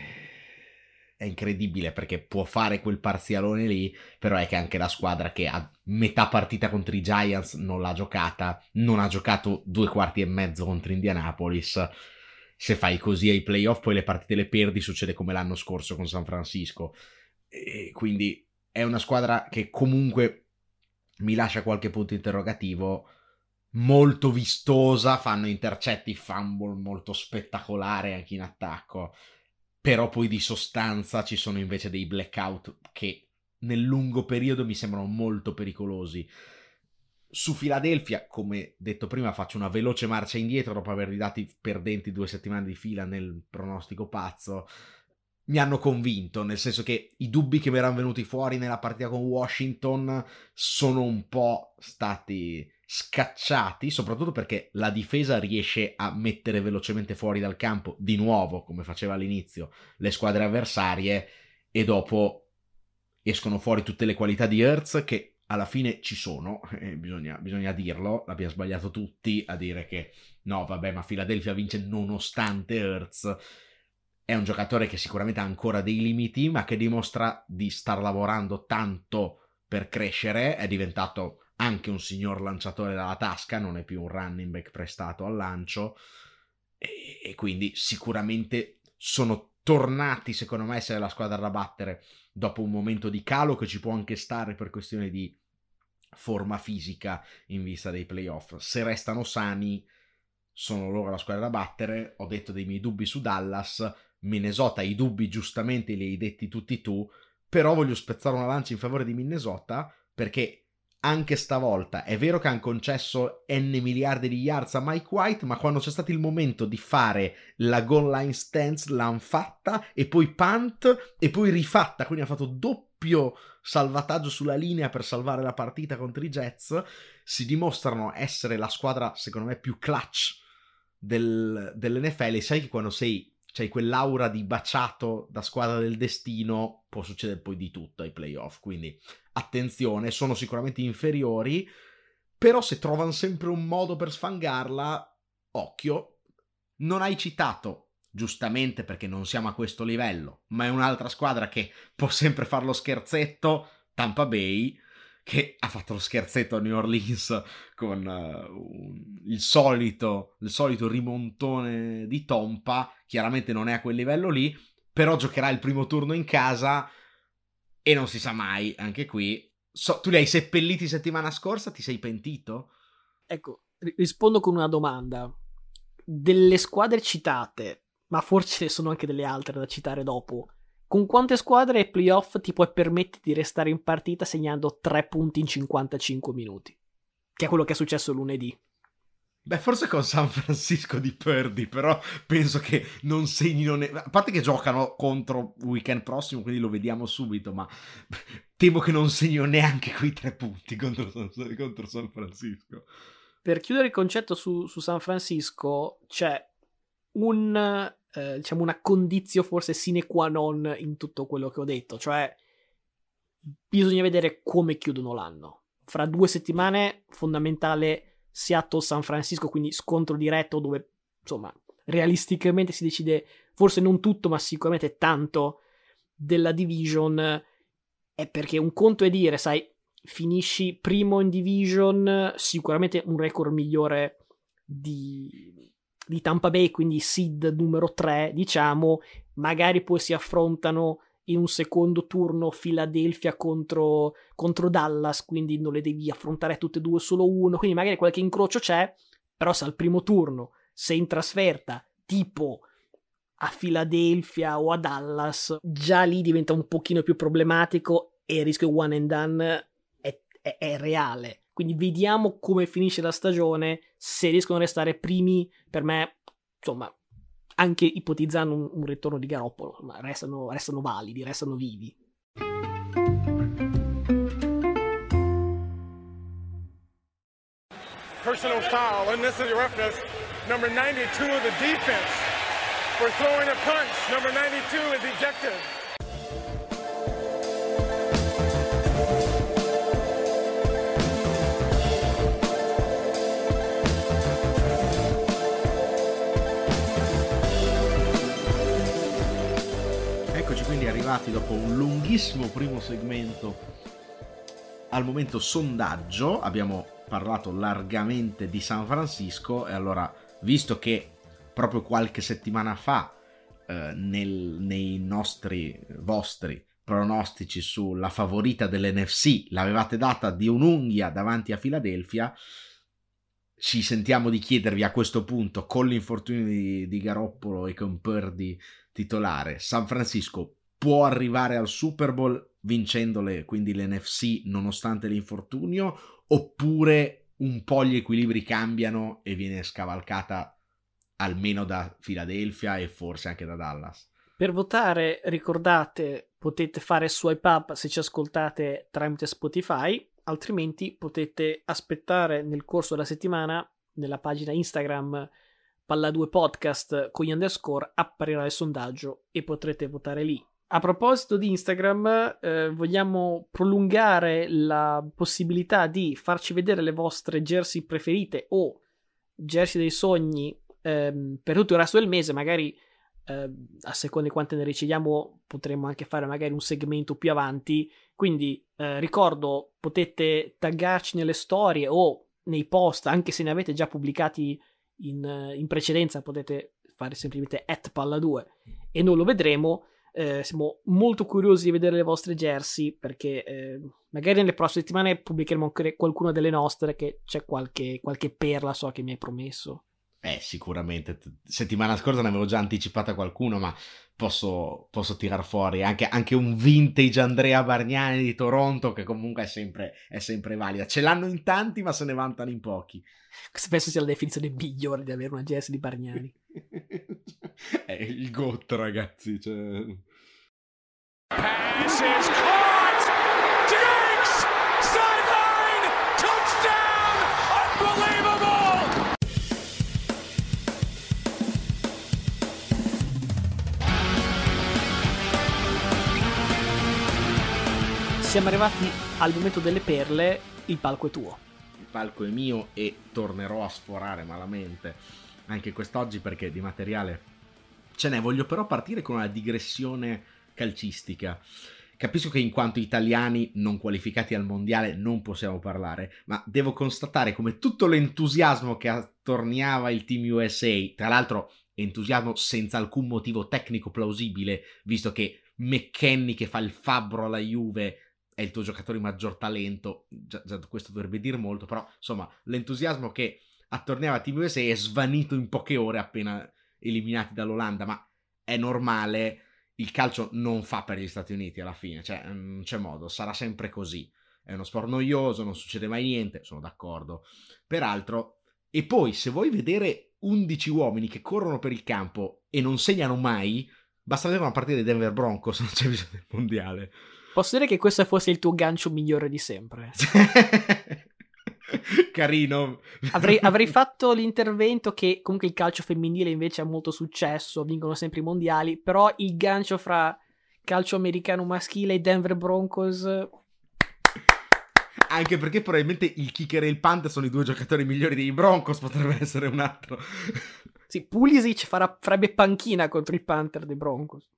è incredibile perché può fare quel parzialone lì, però è che anche la squadra che a metà partita contro i Giants non l'ha giocata, non ha giocato 2 quarti e mezzo contro Indianapolis. Se fai così ai playoff poi le partite le perdi, succede come l'anno scorso con San Francisco, e quindi è una squadra che comunque mi lascia qualche punto interrogativo. Molto vistosa, fanno intercetti, fumble molto spettacolare anche in attacco, però poi di sostanza ci sono invece dei blackout che nel lungo periodo mi sembrano molto pericolosi. Su Philadelphia, come detto prima, faccio una veloce marcia indietro dopo averli dati perdenti 2 settimane di fila nel pronostico pazzo. Mi hanno convinto, nel senso che i dubbi che mi erano venuti fuori nella partita con Washington sono un po' stati scacciati, soprattutto perché la difesa riesce a mettere velocemente fuori dal campo, di nuovo, come faceva all'inizio, le squadre avversarie, e dopo escono fuori tutte le qualità di Hurts che alla fine ci sono, bisogna dirlo, l'abbiamo sbagliato tutti a dire che no, vabbè, ma Philadelphia vince nonostante Hurts. È un giocatore che sicuramente ha ancora dei limiti, ma che dimostra di star lavorando tanto per crescere, è diventato anche un signor lanciatore dalla tasca, non è più un running back prestato al lancio, e quindi sicuramente sono tornati, secondo me, a essere la squadra da battere dopo un momento di calo che ci può anche stare per questione di forma fisica in vista dei playoff. Se restano sani, sono loro la squadra da battere. Ho detto dei miei dubbi su Dallas. Minnesota, i dubbi giustamente li hai detti tutti tu, però voglio spezzare una lancia in favore di Minnesota, perché anche stavolta è vero che hanno concesso n miliardi di yards a Mike White, ma quando c'è stato il momento di fare la goal line stance l'hanno fatta, e poi punt e poi rifatta, quindi ha fatto doppio salvataggio sulla linea per salvare la partita contro i Jets. Si dimostrano essere la squadra secondo me più clutch dell'NFL, e sai che quando c'hai quell'aura di baciato da squadra del destino, può succedere poi di tutto ai playoff, quindi attenzione, sono sicuramente inferiori, però se trovano sempre un modo per sfangarla, occhio. Non hai citato, giustamente perché non siamo a questo livello, ma è un'altra squadra che può sempre fare lo scherzetto, Tampa Bay, che ha fatto lo scherzetto a New Orleans con il solito rimontone di Tompa. Chiaramente non è a quel livello lì, però giocherà il primo turno in casa e non si sa mai, anche qui. Tu li hai seppelliti settimana scorsa, ti sei pentito? Ecco, rispondo con una domanda. Delle squadre citate, ma forse ce ne sono anche delle altre da citare dopo, con quante squadre ai playoff ti puoi permettere di restare in partita segnando 3 punti in 55 minuti? Che è quello che è successo lunedì. Beh, forse con San Francisco di Purdy, però penso che non segnino... A parte che giocano contro il weekend prossimo, quindi lo vediamo subito, ma temo che non segnino neanche quei 3 punti contro San Francisco. Per chiudere il concetto su San Francisco, c'è diciamo una condizio forse sine qua non in tutto quello che ho detto, cioè bisogna vedere come chiudono l'anno. Fra 2 settimane fondamentale Seattle-San Francisco, quindi scontro diretto dove insomma realisticamente si decide forse non tutto ma sicuramente tanto della division. È perché un conto è dire, sai, finisci primo in division, sicuramente un record migliore di Tampa Bay, quindi seed numero 3, diciamo, magari poi si affrontano in un secondo turno Philadelphia contro Dallas, quindi non le devi affrontare tutte e due, solo uno, quindi magari qualche incrocio c'è, però se al primo turno sei in trasferta, tipo a Philadelphia o a Dallas, già lì diventa un pochino più problematico e il rischio one and done è reale. Quindi vediamo come finisce la stagione. Se riescono a restare primi, per me, insomma, anche ipotizzando un ritorno di Garoppolo, insomma, restano validi, restano vivi. Personal foul, unnecessary roughness. Number 92 of the defense for throwing a punch. Number 92 is ejected. Eccoci quindi arrivati dopo un lunghissimo primo segmento al momento sondaggio. Abbiamo parlato largamente di San Francisco e allora, visto che proprio qualche settimana fa nei vostri pronostici sulla favorita dell'NFC l'avevate data di un'unghia davanti a Philadelphia, ci sentiamo di chiedervi a questo punto, con l'infortunio di Garoppolo e con Purdy titolare, San Francisco può arrivare al Super Bowl vincendole, quindi l'NFC, nonostante l'infortunio, oppure un po' gli equilibri cambiano e viene scavalcata almeno da Philadelphia e forse anche da Dallas. Per votare, ricordate, potete fare swipe up se ci ascoltate tramite Spotify, altrimenti potete aspettare nel corso della settimana nella pagina Instagram Palla2 Podcast con gli underscore apparirà il sondaggio e potrete votare lì. A proposito di Instagram, vogliamo prolungare la possibilità di farci vedere le vostre jersey preferite o jersey dei sogni per tutto il resto del mese. Magari a seconda di quante ne riceviamo potremmo anche fare magari un segmento più avanti, quindi ricordo, potete taggarci nelle storie o nei post, anche se ne avete già pubblicati in precedenza, potete fare semplicemente @palla2 e noi lo vedremo. Siamo molto curiosi di vedere le vostre jersey, perché magari nelle prossime settimane pubblicheremo anche qualcuna delle nostre, che c'è qualche perla, so che mi hai promesso. Sicuramente. Settimana scorsa ne avevo già anticipata qualcuno, ma posso tirar fuori anche un vintage Andrea Bargnani di Toronto, che comunque è sempre valida. Ce l'hanno in tanti, ma se ne vantano in pochi. Questa penso sia la definizione migliore di avere una jersey di Bargnani. È il GOAT, ragazzi. Cioè... Pass is caught! Diggs! Sideline! Touchdown! Unbelievable! Siamo arrivati al momento delle perle, il palco è tuo. Il palco è mio e tornerò a sforare malamente anche quest'oggi, perché di materiale ce n'è. Voglio però partire con una digressione calcistica. Capisco che in quanto italiani non qualificati al mondiale non possiamo parlare, ma devo constatare come tutto l'entusiasmo che attorniava il Team USA, tra l'altro entusiasmo senza alcun motivo tecnico plausibile, visto che McKennie, che fa il fabbro alla Juve, è il tuo giocatore di maggior talento, già questo dovrebbe dire molto, però insomma l'entusiasmo che attorniava Team USA è svanito in poche ore appena eliminati dall'Olanda, ma è normale, il calcio non fa per gli Stati Uniti alla fine, cioè non c'è modo, sarà sempre così, è uno sport noioso, non succede mai niente, sono d'accordo. Peraltro, e poi se vuoi vedere 11 uomini che corrono per il campo e non segnano mai, basta vedere una partita dei Denver Broncos, non c'è bisogno del mondiale. Posso dire che questo fosse il tuo gancio migliore di sempre. Carino. Avrei fatto l'intervento che comunque il calcio femminile invece ha molto successo, vincono sempre i mondiali, però il gancio fra calcio americano maschile e Denver Broncos... Anche perché probabilmente il kicker e il punter sono i due giocatori migliori dei Broncos, potrebbe essere un altro. Sì, Pulisic farebbe panchina contro il punter dei Broncos.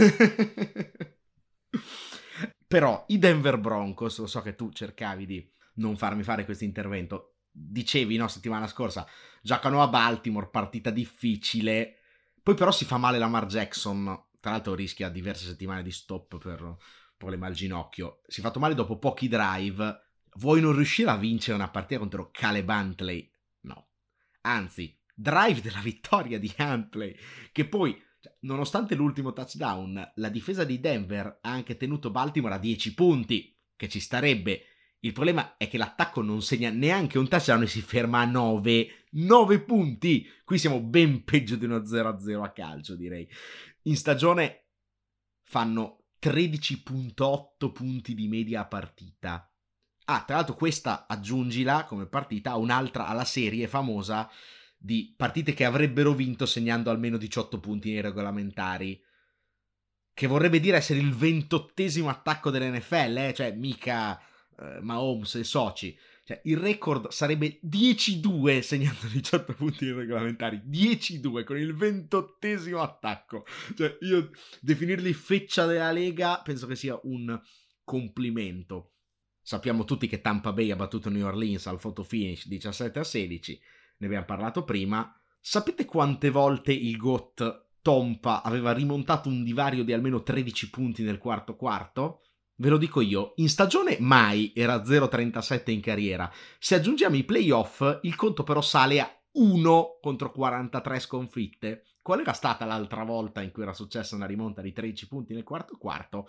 Però i Denver Broncos, lo so che tu cercavi di non farmi fare questo intervento, dicevi no, settimana scorsa giocano a Baltimore, partita difficile, poi però si fa male Lamar Jackson, tra l'altro rischia diverse settimane di stop per problema al ginocchio, si è fatto male dopo pochi drive. Vuoi non riuscire a vincere una partita contro Caleb Huntley? No, anzi, drive della vittoria di Huntley, che poi, nonostante l'ultimo touchdown, la difesa di Denver ha anche tenuto Baltimore a 10 punti, che ci starebbe. Il problema è che l'attacco non segna neanche un touchdown e si ferma a 9 punti. Qui siamo ben peggio di uno 0-0 a calcio, direi. In stagione fanno 13.8 punti di media a partita. Ah, tra l'altro questa, aggiungila come partita a un'altra, alla serie famosa di partite che avrebbero vinto segnando almeno 18 punti nei regolamentari, che vorrebbe dire essere il 28esimo attacco dell'NFL, cioè mica Mahomes e soci. Cioè, il record sarebbe 10-2 segnando 18 punti nei regolamentari, 10-2 con il 28esimo attacco. Cioè, io definirli feccia della Lega penso che sia un complimento. Sappiamo tutti che Tampa Bay ha battuto New Orleans al photo finish 17-16, ne abbiamo parlato prima. Sapete quante volte il GOAT Tompa aveva rimontato un divario di almeno 13 punti nel quarto quarto? Ve lo dico io, in stagione mai, era 0,37 in carriera. Se aggiungiamo i playoff, il conto però sale a 1 contro 43 sconfitte. Qual era stata l'altra volta in cui era successa una rimonta di 13 punti nel quarto quarto?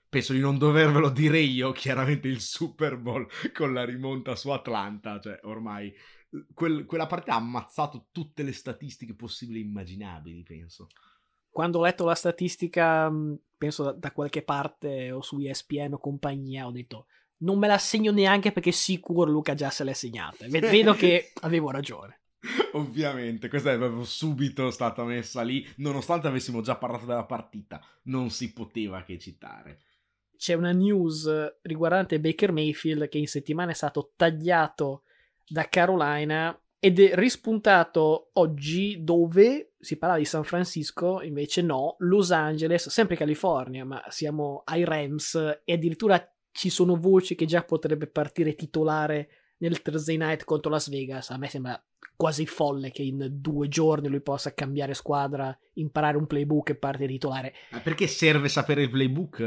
penso di non dovervelo dire io, chiaramente il Super Bowl con la rimonta su Atlanta, cioè ormai quella partita ha ammazzato tutte le statistiche possibili e immaginabili, penso. Quando ho letto la statistica, penso da qualche parte o su ESPN o compagnia, ho detto non me la segno neanche perché sicuro Luca già se l'è segnata. Vedo che avevo ragione. Ovviamente, questa è proprio subito stata messa lì, nonostante avessimo già parlato della partita, non si poteva che citare. C'è una news riguardante Baker Mayfield che in settimana è stato tagliato da Carolina ed è rispuntato oggi, dove si parla di San Francisco, invece no, Los Angeles, sempre California, ma siamo ai Rams e addirittura ci sono voci che già potrebbe partire titolare nel Thursday Night contro Las Vegas. A me sembra quasi folle che in 2 giorni lui possa cambiare squadra, imparare un playbook e partire titolare. Ma perché serve sapere il playbook?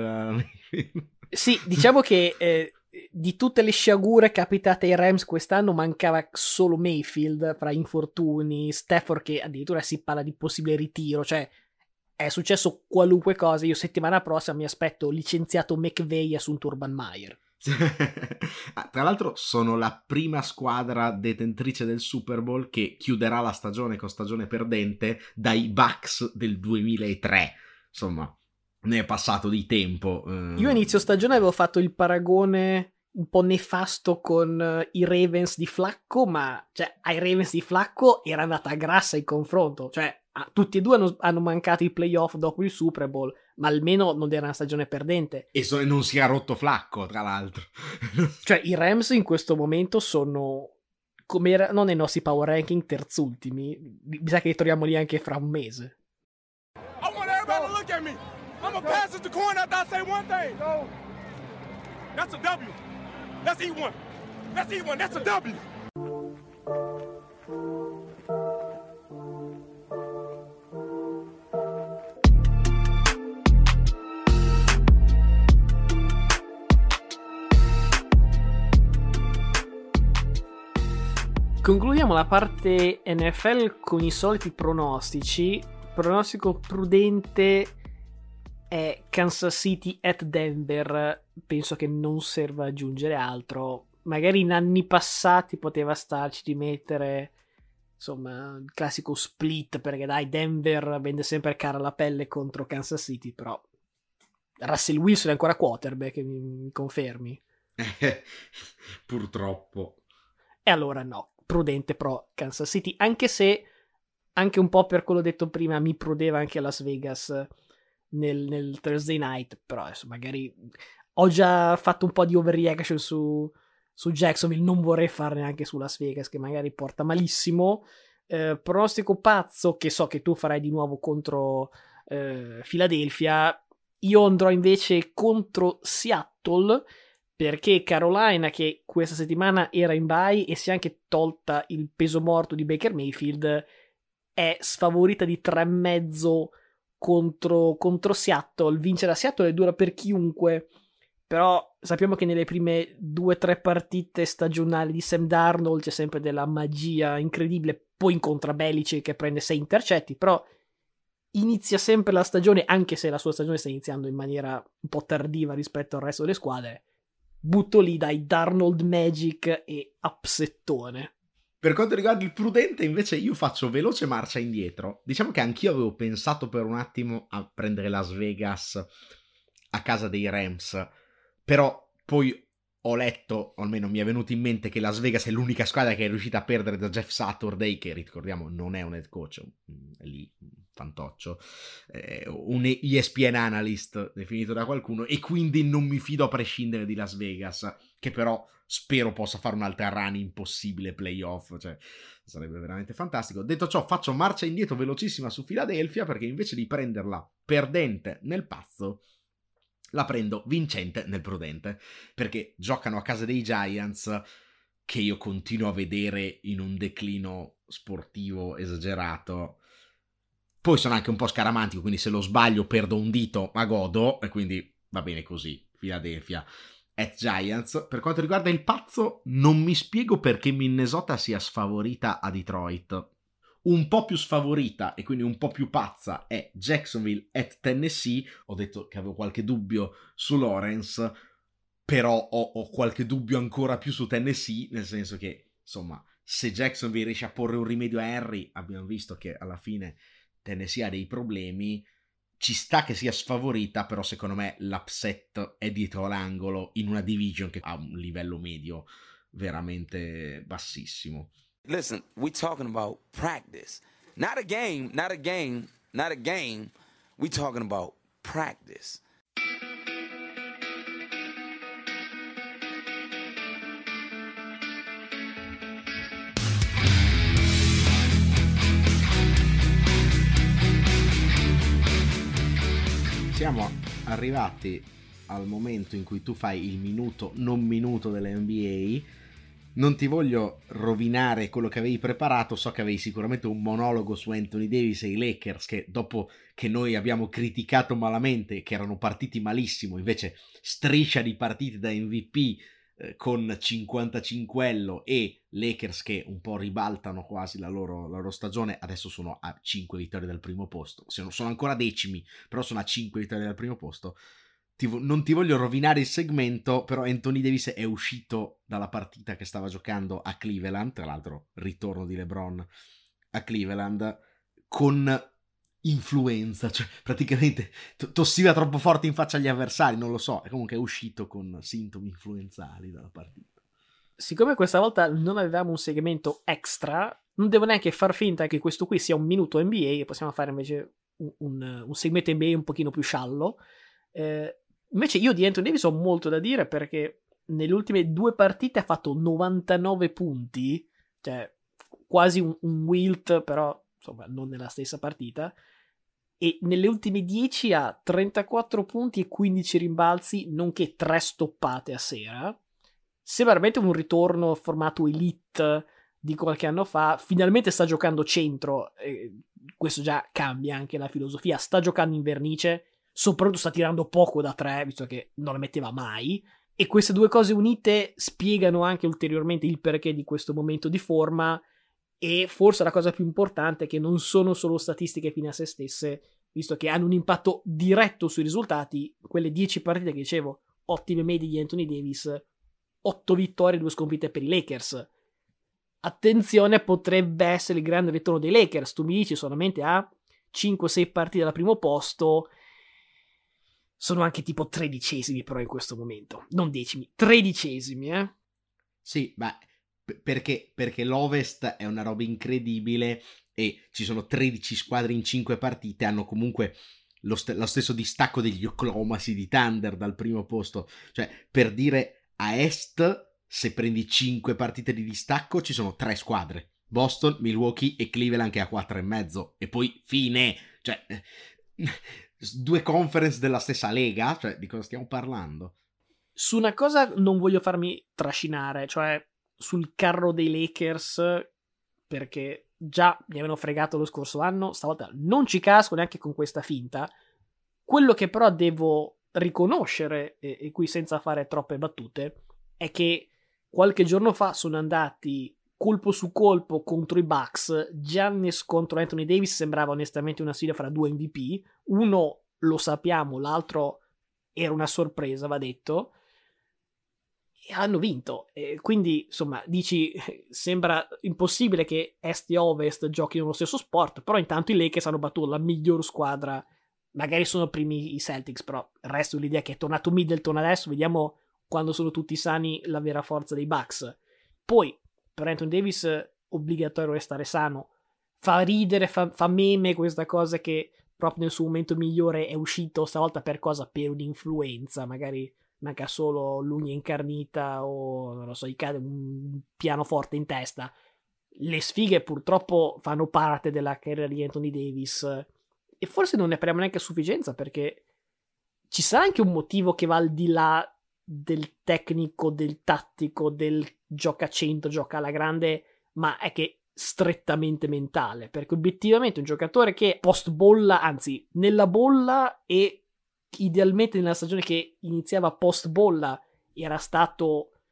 Sì, diciamo che di tutte le sciagure capitate ai Rams quest'anno mancava solo Mayfield fra infortuni, Stafford che addirittura si parla di possibile ritiro, cioè è successo qualunque cosa. Io settimana prossima mi aspetto licenziato McVay e assunto Urban Meyer. Tra l'altro sono la prima squadra detentrice del Super Bowl che chiuderà la stagione con stagione perdente dai Bucks del 2003. Insomma, ne è passato di tempo. Io inizio stagione avevo fatto il paragone un po' nefasto con i Ravens di Flacco, ma cioè ai Ravens di Flacco era andata grassa il confronto, cioè tutti e due hanno mancato i playoff dopo il Super Bowl, ma almeno non era una stagione perdente. E non si è rotto Flacco, tra l'altro. Cioè i Rams in questo momento sono, come erano nei nostri power ranking, terzultimi. Mi sa che li troviamo lì anche fra un mese. I want everybody to look at me. I'm gonna pass it to Corn after I say one thing. That's a W. Let's eat one. Let's eat one. That's a W. Concludiamo la parte NFL con i soliti pronostici. Pronostico prudente è Kansas City at Denver. Penso che non serva aggiungere altro. Magari in anni passati poteva starci di mettere, insomma, il classico split, perché dai, Denver vende sempre cara la pelle contro Kansas City, però Russell Wilson è ancora quarterback, mi confermi? Purtroppo. E allora no, prudente pro Kansas City, anche se anche un po' per quello detto prima mi prudeva anche Las Vegas nel Thursday Night, però adesso magari ho già fatto un po' di overreaction su Jacksonville, non vorrei farne anche su Las Vegas che magari porta malissimo. Pronostico pazzo che so che tu farai di nuovo contro Philadelphia. Io andrò invece contro Seattle, perché Carolina, che questa settimana era in bye e si è anche tolta il peso morto di Baker Mayfield, è sfavorita di 3,5 contro Seattle. Vincere a Seattle è dura per chiunque, però sappiamo che nelle prime 2-3 partite stagionali di Sam Darnold c'è sempre della magia incredibile, poi incontra Belichick che prende 6 intercetti, però inizia sempre la stagione, anche se la sua stagione sta iniziando in maniera un po' tardiva rispetto al resto delle squadre. Butto lì dai Darnold Magic e upsettone. Per quanto riguarda il prudente, invece, io faccio veloce marcia indietro. Diciamo che anch'io avevo pensato per un attimo a prendere Las Vegas a casa dei Rams, però poi ho letto, o almeno mi è venuto in mente, che Las Vegas è l'unica squadra che è riuscita a perdere da Jeff Saturday, che ricordiamo non è un head coach, è lì un fantoccio, un ESPN analyst definito da qualcuno, e quindi non mi fido a prescindere di Las Vegas, che però spero possa fare un'altra run impossibile playoff, cioè sarebbe veramente fantastico. Detto ciò, faccio marcia indietro velocissima su Philadelphia, perché invece di prenderla perdente nel pazzo, la prendo vincente nel prudente, perché giocano a casa dei Giants, che io continuo a vedere in un declino sportivo esagerato. Poi sono anche un po' scaramantico, quindi se lo sbaglio perdo un dito, ma godo, e quindi va bene così. Philadelphia at Giants. Per quanto riguarda il pazzo, non mi spiego perché Minnesota sia sfavorita a Detroit. un po' più sfavorita e quindi un po' più pazza è Jacksonville at Tennessee. Ho detto che avevo qualche dubbio su Lawrence, però ho qualche dubbio ancora più su Tennessee, nel senso che, insomma, se Jacksonville riesce a porre un rimedio a Henry, abbiamo visto che alla fine Tennessee ha dei problemi, ci sta che sia sfavorita, però secondo me l'upset è dietro l'angolo in una division che ha un livello medio veramente bassissimo. Listen, we talking about practice. Not a game, not a game, not a game. We talking about practice. Siamo arrivati al momento in cui tu fai il minuto non minuto dell'NBA. Non ti voglio rovinare quello che avevi preparato, so che avevi sicuramente un monologo su Anthony Davis e i Lakers, che dopo che noi abbiamo criticato malamente, che erano partiti malissimo, invece striscia di partite da MVP con 55ello e Lakers che un po' ribaltano quasi la loro stagione. Adesso sono a 5 vittorie dal primo posto, sono ancora decimi, però sono a 5 vittorie dal primo posto. Non ti voglio rovinare il segmento, però Anthony Davis è uscito dalla partita che stava giocando a Cleveland, tra l'altro ritorno di LeBron a Cleveland, con influenza, cioè praticamente tossiva troppo forte in faccia agli avversari, non lo so, e comunque è uscito con sintomi influenzali dalla partita. Siccome questa volta non avevamo un segmento extra, non devo neanche far finta che questo qui sia un minuto NBA e possiamo fare invece un segmento NBA un pochino più sciallo. Invece io di Anthony Davis ho molto da dire, perché nelle ultime 2 partite ha fatto 99 punti, cioè quasi un Wilt, però insomma non nella stessa partita, e nelle ultime 10 ha 34 punti e 15 rimbalzi, nonché 3 stoppate a sera. Sembra veramente un ritorno formato elite di qualche anno fa. Finalmente sta giocando centro, questo già cambia anche la filosofia, sta giocando in vernice, soprattutto sta tirando poco da 3, visto che non la metteva mai, e queste 2 cose unite spiegano anche ulteriormente il perché di questo momento di forma. E forse la cosa più importante è che non sono solo statistiche fine a se stesse, visto che hanno un impatto diretto sui risultati. Quelle 10 partite che dicevo, ottime medie di Anthony Davis, 8 vittorie e 2 sconfitte per i Lakers. Attenzione, potrebbe essere il grande ritorno dei Lakers. Tu mi dici solamente a 5-6 partite dal primo posto, sono anche tipo 13esimi però in questo momento, non decimi, 13esimi, Sì, ma perché l'Ovest è una roba incredibile e ci sono 13 squadre in 5 partite, hanno comunque lo stesso distacco degli Oklahoma City Thunder dal primo posto. Cioè, per dire, a Est, se prendi 5 partite di distacco, ci sono 3 squadre: Boston, Milwaukee e Cleveland, che ha 4,5, e poi fine. Cioè, 2 conference della stessa lega, cioè di cosa stiamo parlando? Su una cosa non voglio farmi trascinare, cioè sul carro dei Lakers, perché già mi avevano fregato lo scorso anno, stavolta non ci casco neanche con questa finta. Quello che però devo riconoscere, e qui senza fare troppe battute, è che qualche giorno fa sono andati colpo su colpo contro i Bucks. Giannis contro Anthony Davis sembrava onestamente una sfida fra 2 MVP. Uno lo sappiamo, l'altro era una sorpresa, va detto, e hanno vinto. E quindi insomma dici, sembra impossibile che Est e Ovest giochino lo stesso sport, però intanto i Lakers hanno battuto la miglior squadra. Magari sono primi i Celtics, però resto l'idea che è tornato Middleton adesso, vediamo quando sono tutti sani la vera forza dei Bucks. Poi per Anthony Davis obbligatorio restare sano. Fa ridere, fa meme questa cosa che proprio nel suo momento migliore è uscito stavolta per cosa? Per un'influenza, magari manca solo l'ugna incarnita o non lo so, gli cade un pianoforte in testa. Le sfighe purtroppo fanno parte della carriera di Anthony Davis, e forse non ne parliamo neanche a sufficienza, perché ci sarà anche un motivo che va al di là del tecnico, del tattico, del gioca 100, gioca alla grande, ma è che strettamente mentale, perché obiettivamente un giocatore che post bolla, anzi nella bolla e idealmente nella stagione che iniziava post bolla, era stato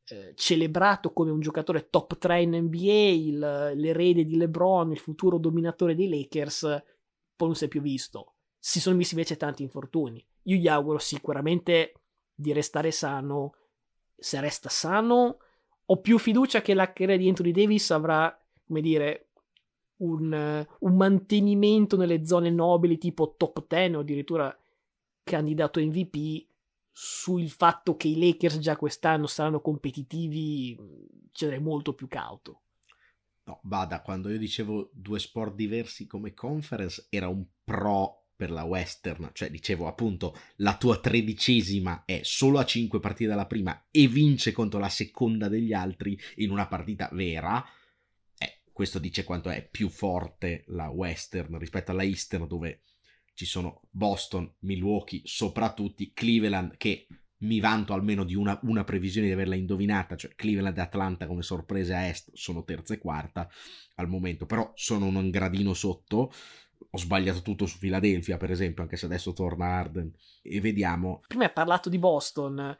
celebrato come un giocatore top 3 in NBA, l'erede di LeBron, il futuro dominatore dei Lakers, poi non si è più visto. Si sono visti invece tanti infortuni. Io gli auguro sicuramente di restare sano. Se resta sano, ho più fiducia che la carriera di Anthony Davis avrà, come dire, un mantenimento nelle zone nobili tipo top 10 o addirittura candidato MVP. Sul fatto che i Lakers già quest'anno saranno competitivi sarei molto più cauto. No, Bada, quando io dicevo 2 sport diversi come conference era un pro per la Western, cioè dicevo appunto la tua 13ª è solo a 5 partite dalla prima e vince contro la seconda degli altri in una partita vera. Questo dice quanto è più forte la Western rispetto alla Eastern, dove ci sono Boston, Milwaukee, soprattutto Cleveland, che mi vanto almeno di una previsione di averla indovinata, cioè Cleveland e Atlanta come sorprese a est sono terza e quarta al momento, però sono un gradino sotto. Ho sbagliato tutto su Philadelphia, per esempio, anche se adesso torna Harden, e vediamo. Prima hai parlato di Boston.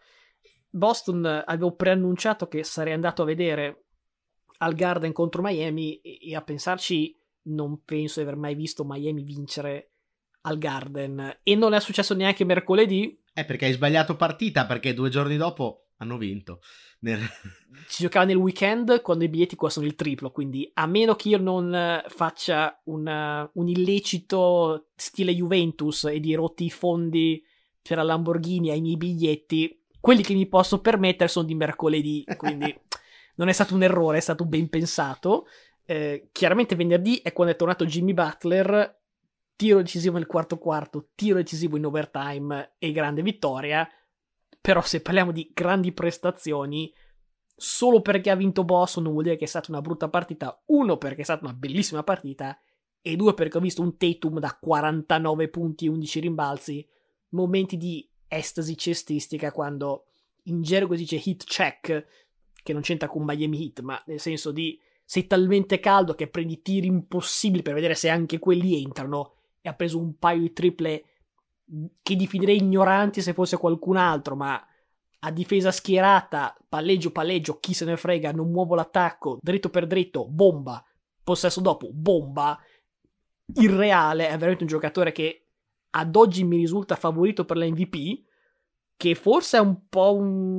Avevo preannunciato che sarei andato a vedere al Garden contro Miami e a pensarci non penso di aver mai visto Miami vincere al Garden, e non è successo neanche mercoledì. Perché hai sbagliato partita, perché 2 giorni dopo hanno vinto. Si giocava nel weekend quando i biglietti costano il triplo, quindi a meno che io non faccia un illecito stile Juventus e di rotti i fondi per la Lamborghini ai miei biglietti, quelli che mi posso permettere sono di mercoledì, quindi non è stato un errore, è stato ben pensato. Chiaramente venerdì è quando è tornato Jimmy Butler, tiro decisivo nel quarto, tiro decisivo in overtime e grande vittoria. Però se parliamo di grandi prestazioni, solo perché ha vinto Boston non vuol dire che è stata una brutta partita. 1, perché è stata una bellissima partita, e 2, perché ho visto un Tatum da 49 punti e 11 rimbalzi, momenti di estasi cestistica, quando in gergo si dice hit check, che non c'entra con Miami Heat, ma nel senso di sei talmente caldo che prendi tiri impossibili per vedere se anche quelli entrano, e ha preso un paio di triple che definirei ignoranti se fosse qualcun altro, ma a difesa schierata, palleggio, chi se ne frega, non muovo l'attacco, dritto per dritto, bomba, possesso dopo, bomba. Irreale, è veramente un giocatore che ad oggi mi risulta favorito per la MVP, che forse è un po'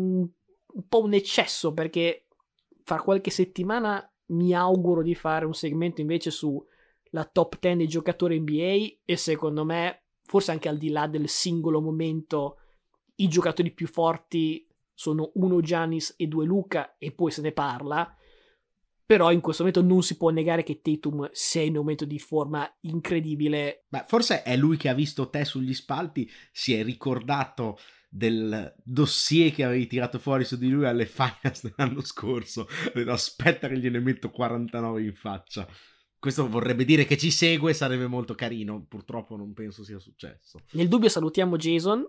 un eccesso, perché fra qualche settimana mi auguro di fare un segmento invece su la top 10 dei giocatori NBA, e secondo me, forse anche al di là del singolo momento, i giocatori più forti sono 1 Giannis e 2 Luka, e poi se ne parla. Però in questo momento non si può negare che Tatum sia in un momento di forma incredibile. Ma forse è lui che ha visto te sugli spalti, si è ricordato del dossier che avevi tirato fuori su di lui alle finals dell'anno scorso. Aspetta che gliene metto 49 in faccia. Questo vorrebbe dire che ci segue, sarebbe molto carino. Purtroppo non penso sia successo. Nel dubbio salutiamo Jason,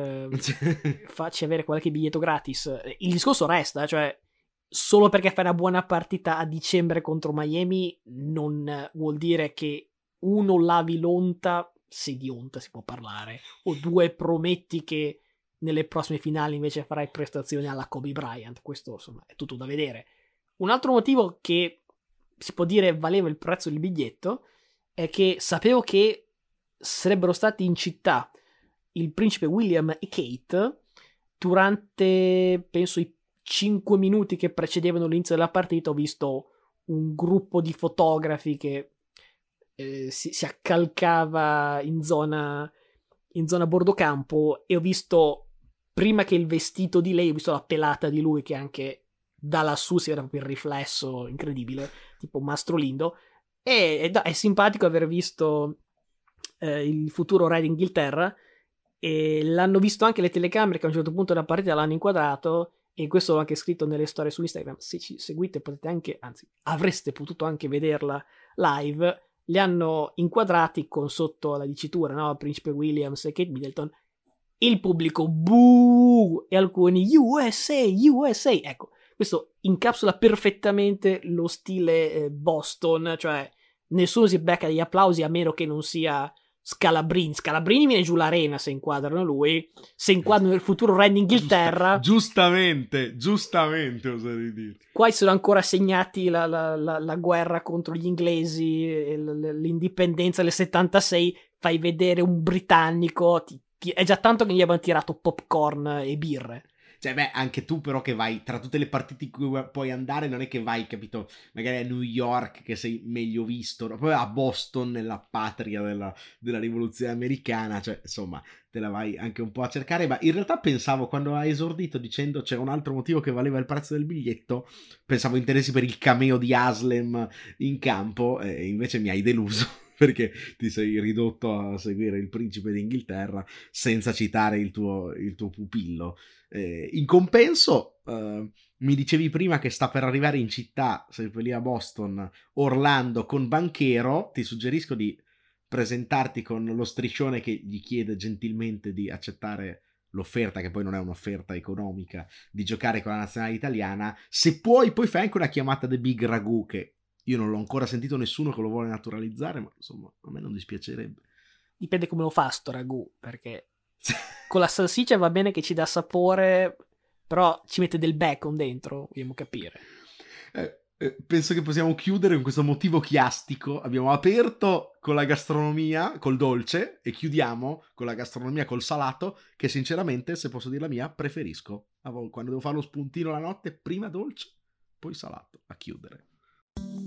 facci avere qualche biglietto gratis. Il discorso resta, cioè solo perché fai una buona partita a dicembre contro Miami non vuol dire che 1 lavi l'onta, se di onta si può parlare, o 2 prometti che nelle prossime finali invece farai prestazioni alla Kobe Bryant. Questo insomma è tutto da vedere. Un altro motivo che si può dire valeva il prezzo del biglietto è che sapevo che sarebbero stati in città il principe William e Kate durante, penso, i 5 minuti che precedevano l'inizio della partita. Ho visto un gruppo di fotografi che si accalcava in zona bordocampo, e ho visto, prima che il vestito di lei, ho visto la pelata di lui, che anche da lassù si era proprio il riflesso incredibile, tipo Mastro Lindo. E è simpatico aver visto il futuro re d'Inghilterra, e l'hanno visto anche le telecamere che a un certo punto della partita l'hanno inquadrato, e questo l'ho anche scritto nelle storie su Instagram. Se ci seguite potete anche, anzi avreste potuto anche vederla live. Li hanno inquadrati con sotto la dicitura, no? Principe Williams e Kate Middleton, e il pubblico buh, e alcuni USA. Ecco, questo incapsula perfettamente lo stile Boston, cioè nessuno si becca degli applausi a meno che non sia Scalabrini viene giù l'arena se inquadrano lui, se inquadrano il futuro re d'Inghilterra. Giustamente oserei dire. Qua sono ancora segnati la guerra contro gli inglesi, l'indipendenza del 76, fai vedere un britannico, è già tanto che gli abbiano tirato popcorn e birre. Cioè, beh, anche tu però che vai, tra tutte le partite in cui puoi andare, non è che vai, capito, magari a New York che sei meglio visto, no? Poi a Boston, nella patria della rivoluzione americana, cioè, insomma, te la vai anche un po' a cercare, ma in realtà pensavo, quando hai esordito dicendo c'era un altro motivo che valeva il prezzo del biglietto, pensavo interessi per il cameo di Haslem in campo, e invece mi hai deluso. Perché ti sei ridotto a seguire il principe d'Inghilterra senza citare il tuo pupillo. In compenso, mi dicevi prima che sta per arrivare in città, sempre lì a Boston, Orlando con Banchero. Ti suggerisco di presentarti con lo striscione che gli chiede gentilmente di accettare l'offerta, che poi non è un'offerta economica, di giocare con la nazionale italiana. Se puoi, poi fai anche una chiamata The Big Ragù, che io non l'ho ancora sentito nessuno che lo vuole naturalizzare, ma insomma a me non dispiacerebbe. Dipende come lo fa sto ragù, perché con la salsiccia va bene che ci dà sapore, però ci mette del bacon dentro, vogliamo capire. Penso che possiamo chiudere con questo motivo chiastico. Abbiamo aperto con la gastronomia, col dolce, e chiudiamo con la gastronomia col salato, che sinceramente, se posso dire la mia, preferisco. Quando devo fare lo spuntino la notte, prima dolce, poi salato, a chiudere.